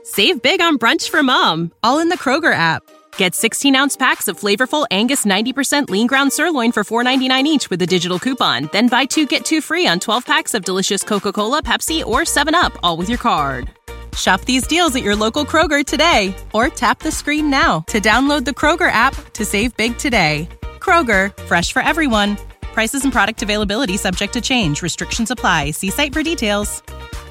Save big on brunch for mom, all in the Kroger app. Get 16-ounce packs of flavorful Angus 90% lean ground sirloin for $4.99 each with a digital coupon. Then buy 2, get 2 free on 12 packs of delicious Coca-Cola, Pepsi, or 7-Up, all with your card. Shop these deals at your local Kroger today, or tap the screen now to download the Kroger app to save big today. Kroger, fresh for everyone. Prices and product availability subject to change. Restrictions apply. See site for details.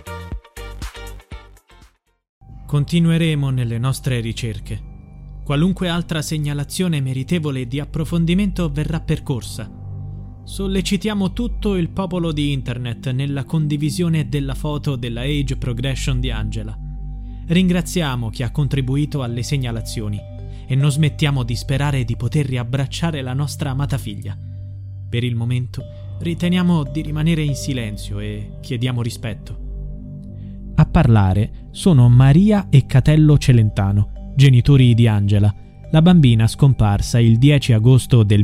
Continueremo nelle nostre ricerche. Qualunque altra segnalazione meritevole di approfondimento verrà percorsa. Sollecitiamo tutto il popolo di internet nella condivisione della foto della age progression di Angela. Ringraziamo chi ha contribuito alle segnalazioni e non smettiamo di sperare di poter riabbracciare la nostra amata figlia. Per il momento riteniamo di rimanere in silenzio e chiediamo rispetto. A parlare sono Maria e Catello Celentano, genitori di Angela, la bambina scomparsa il 10 agosto del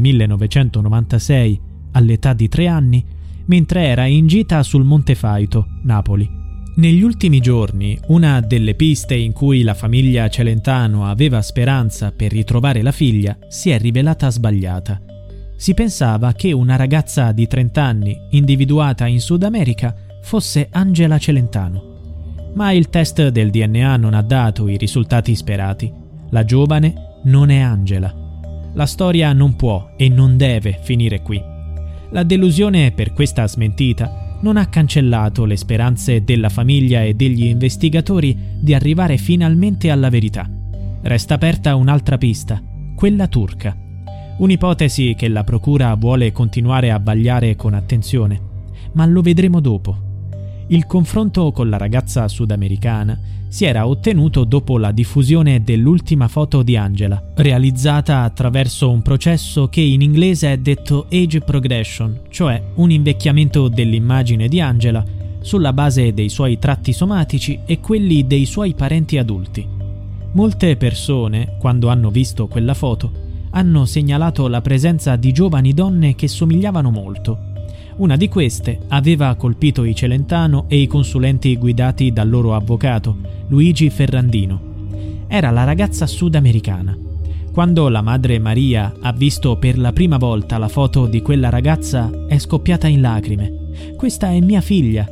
1996 all'età di 3 anni, mentre era in gita sul Monte Faito, Napoli. Negli ultimi giorni, una delle piste in cui la famiglia Celentano aveva speranza per ritrovare la figlia si è rivelata sbagliata. Si pensava che una ragazza di 30 anni, individuata in Sud America, fosse Angela Celentano. Ma il test del DNA non ha dato i risultati sperati. La giovane non è Angela. La storia non può e non deve finire qui. La delusione per questa smentita non ha cancellato le speranze della famiglia e degli investigatori di arrivare finalmente alla verità. Resta aperta un'altra pista, quella turca. Un'ipotesi che la procura vuole continuare a vagliare con attenzione, ma lo vedremo dopo. Il confronto con la ragazza sudamericana si era ottenuto dopo la diffusione dell'ultima foto di Angela, realizzata attraverso un processo che in inglese è detto age progression, cioè un invecchiamento dell'immagine di Angela sulla base dei suoi tratti somatici e quelli dei suoi parenti adulti. Molte persone, quando hanno visto quella foto, hanno segnalato la presenza di giovani donne che somigliavano molto. Una di queste aveva colpito i Celentano e i consulenti guidati dal loro avvocato, Luigi Ferrandino. Era la ragazza sudamericana. Quando la madre Maria ha visto per la prima volta la foto di quella ragazza, è scoppiata in lacrime. «Questa è mia figlia!»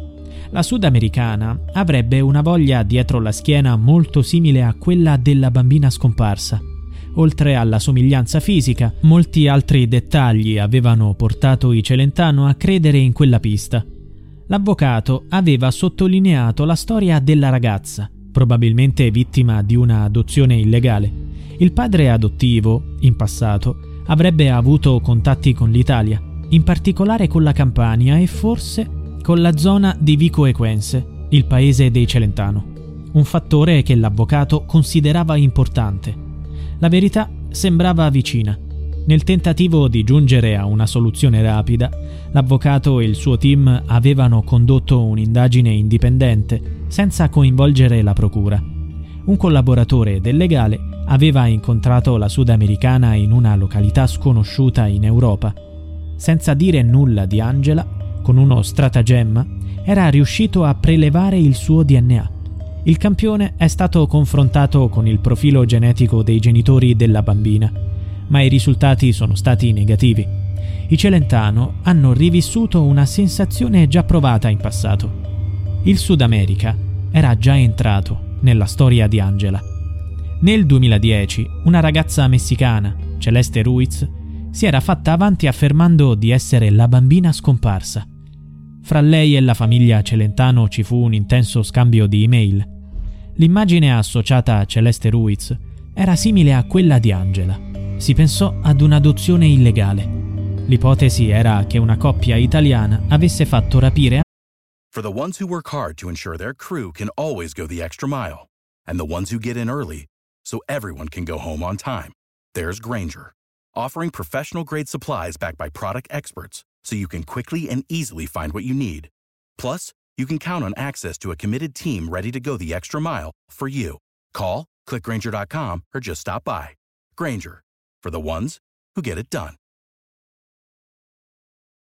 La sudamericana avrebbe una voglia dietro la schiena molto simile a quella della bambina scomparsa. Oltre alla somiglianza fisica, molti altri dettagli avevano portato i Celentano a credere in quella pista. L'avvocato aveva sottolineato la storia della ragazza, probabilmente vittima di una adozione illegale. Il padre adottivo, in passato, avrebbe avuto contatti con l'Italia, in particolare con la Campania e forse con la zona di Vico Equense, il paese dei Celentano. Un fattore che l'avvocato considerava importante. La verità sembrava vicina. Nel tentativo di giungere a una soluzione rapida, l'avvocato e il suo team avevano condotto un'indagine indipendente, senza coinvolgere la procura. Un collaboratore del legale aveva incontrato la sudamericana in una località sconosciuta in Europa. Senza dire nulla di Angela, con uno stratagemma, era riuscito a prelevare il suo DNA. Il campione è stato confrontato con il profilo genetico dei genitori della bambina, ma i risultati sono stati negativi. I Celentano hanno rivissuto una sensazione già provata in passato. Il Sud America era già entrato nella storia di Angela. Nel 2010 una ragazza messicana, Celeste Ruiz, si era fatta avanti affermando di essere la bambina scomparsa. Fra lei e la famiglia Celentano ci fu un intenso scambio di email. L'immagine associata a Celeste Ruiz era simile a quella di Angela. Si pensò ad un'adozione illegale. L'ipotesi era che una coppia italiana avesse fatto rapire. For the ones who work hard to ensure their crew can always go the extra mile, and the ones who get in early so everyone can go home on time, there's Grainger, offering professional-grade supplies backed by product experts so you can quickly and easily find what you need. Plus, you can count on access to a committed team ready to go the extra mile for you. Call, click Grainger.com, or just stop by. Grainger, for the ones who get it done.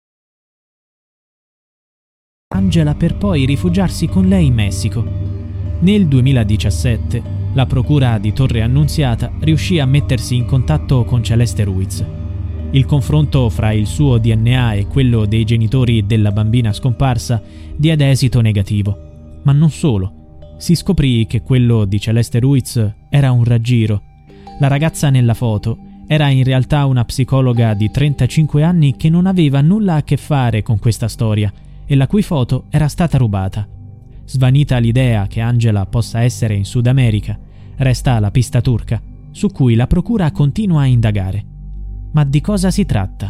Angela per poi rifugiarsi con lei in Messico. Nel 2017 la procura di Torre Annunziata riuscì a mettersi in contatto con Celeste Ruiz. Il confronto fra il suo DNA e quello dei genitori della bambina scomparsa diede esito negativo. Ma non solo. Si scoprì che quello di Celeste Ruiz era un raggiro. La ragazza nella foto era in realtà una psicologa di 35 anni che non aveva nulla a che fare con questa storia e la cui foto era stata rubata. Svanita l'idea che Angela possa essere in Sud America, resta la pista turca, su cui la procura continua a indagare. Ma di cosa si tratta?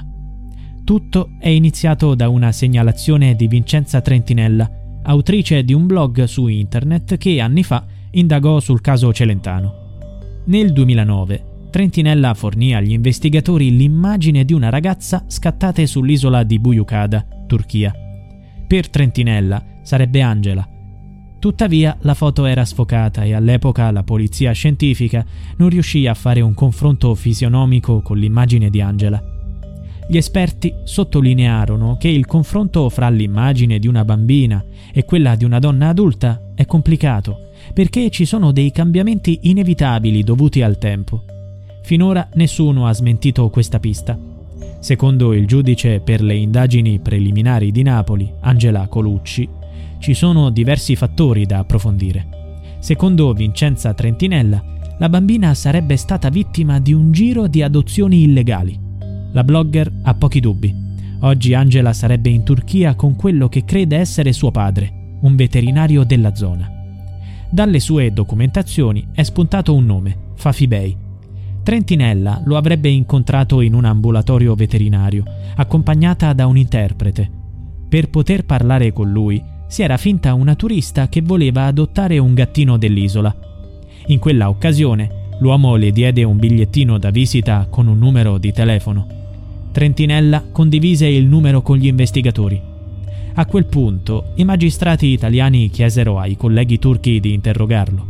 Tutto è iniziato da una segnalazione di Vincenza Trentinella, autrice di un blog su internet che anni fa indagò sul caso Celentano. Nel 2009 Trentinella fornì agli investigatori l'immagine di una ragazza scattate sull'isola di Buyukada, Turchia. Per Trentinella sarebbe Angela. Tuttavia la foto era sfocata e all'epoca la polizia scientifica non riuscì a fare un confronto fisionomico con l'immagine di Angela. Gli esperti sottolinearono che il confronto fra l'immagine di una bambina e quella di una donna adulta è complicato perché ci sono dei cambiamenti inevitabili dovuti al tempo. Finora nessuno ha smentito questa pista. Secondo il giudice per le indagini preliminari di Napoli, Angela Colucci, ci sono diversi fattori da approfondire. Secondo Vincenza Trentinella, la bambina sarebbe stata vittima di un giro di adozioni illegali. La blogger ha pochi dubbi. Oggi Angela sarebbe in Turchia con quello che crede essere suo padre, un veterinario della zona. Dalle sue documentazioni è spuntato un nome, Fafi Bey. Trentinella lo avrebbe incontrato in un ambulatorio veterinario, accompagnata da un interprete. Per poter parlare con lui, si era finta una turista che voleva adottare un gattino dell'isola. In quella occasione, l'uomo le diede un bigliettino da visita con un numero di telefono. Trentinella condivise il numero con gli investigatori. A quel punto, i magistrati italiani chiesero ai colleghi turchi di interrogarlo.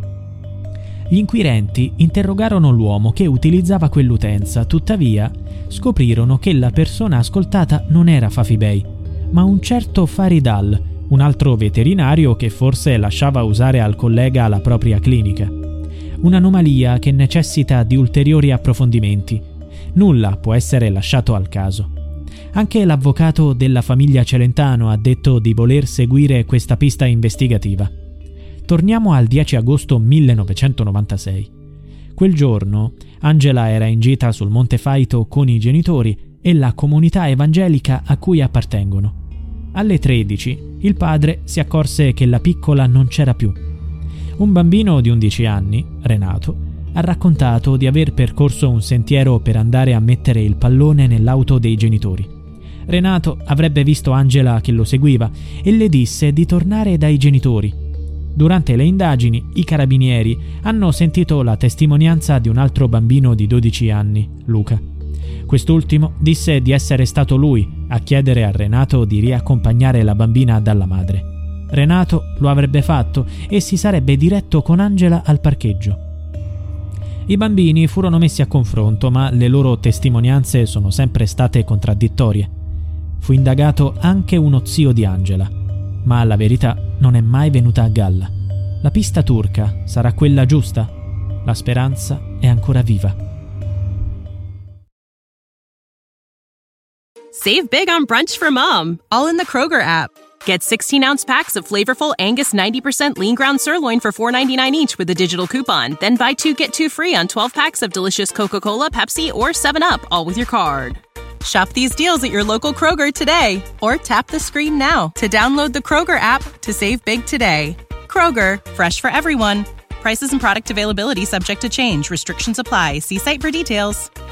Gli inquirenti interrogarono l'uomo che utilizzava quell'utenza, tuttavia scoprirono che la persona ascoltata non era Fafi Bey, ma un certo Faridal, un altro veterinario che forse lasciava usare al collega la propria clinica. Un'anomalia che necessita di ulteriori approfondimenti. Nulla può essere lasciato al caso. Anche l'avvocato della famiglia Celentano ha detto di voler seguire questa pista investigativa. Torniamo al 10 agosto 1996. Quel giorno Angela era in gita sul Monte Faito con i genitori e la comunità evangelica a cui appartengono. Alle 13 il padre si accorse che la piccola non c'era più. Un bambino di 11 anni, Renato, ha raccontato di aver percorso un sentiero per andare a mettere il pallone nell'auto dei genitori. Renato avrebbe visto Angela che lo seguiva e le disse di tornare dai genitori. Durante le indagini, i carabinieri hanno sentito la testimonianza di un altro bambino di 12 anni, Luca. Quest'ultimo disse di essere stato lui a chiedere a Renato di riaccompagnare la bambina dalla madre. Renato lo avrebbe fatto e si sarebbe diretto con Angela al parcheggio. I bambini furono messi a confronto, ma le loro testimonianze sono sempre state contraddittorie. Fu indagato anche uno zio di Angela, ma la verità non è mai venuta a galla. La pista turca sarà quella giusta? La speranza è ancora viva. Save big on brunch for mom, all in the Kroger app. Get 16-ounce packs of flavorful Angus 90% lean ground sirloin for $4.99 each with a digital coupon. Then buy 2, get 2 free on 12 packs of delicious Coca-Cola, Pepsi, or 7-Up, all with your card. Shop these deals at your local Kroger today, or tap the screen now to download the Kroger app to save big today. Kroger, fresh for everyone. Prices and product availability subject to change. Restrictions apply. See site for details.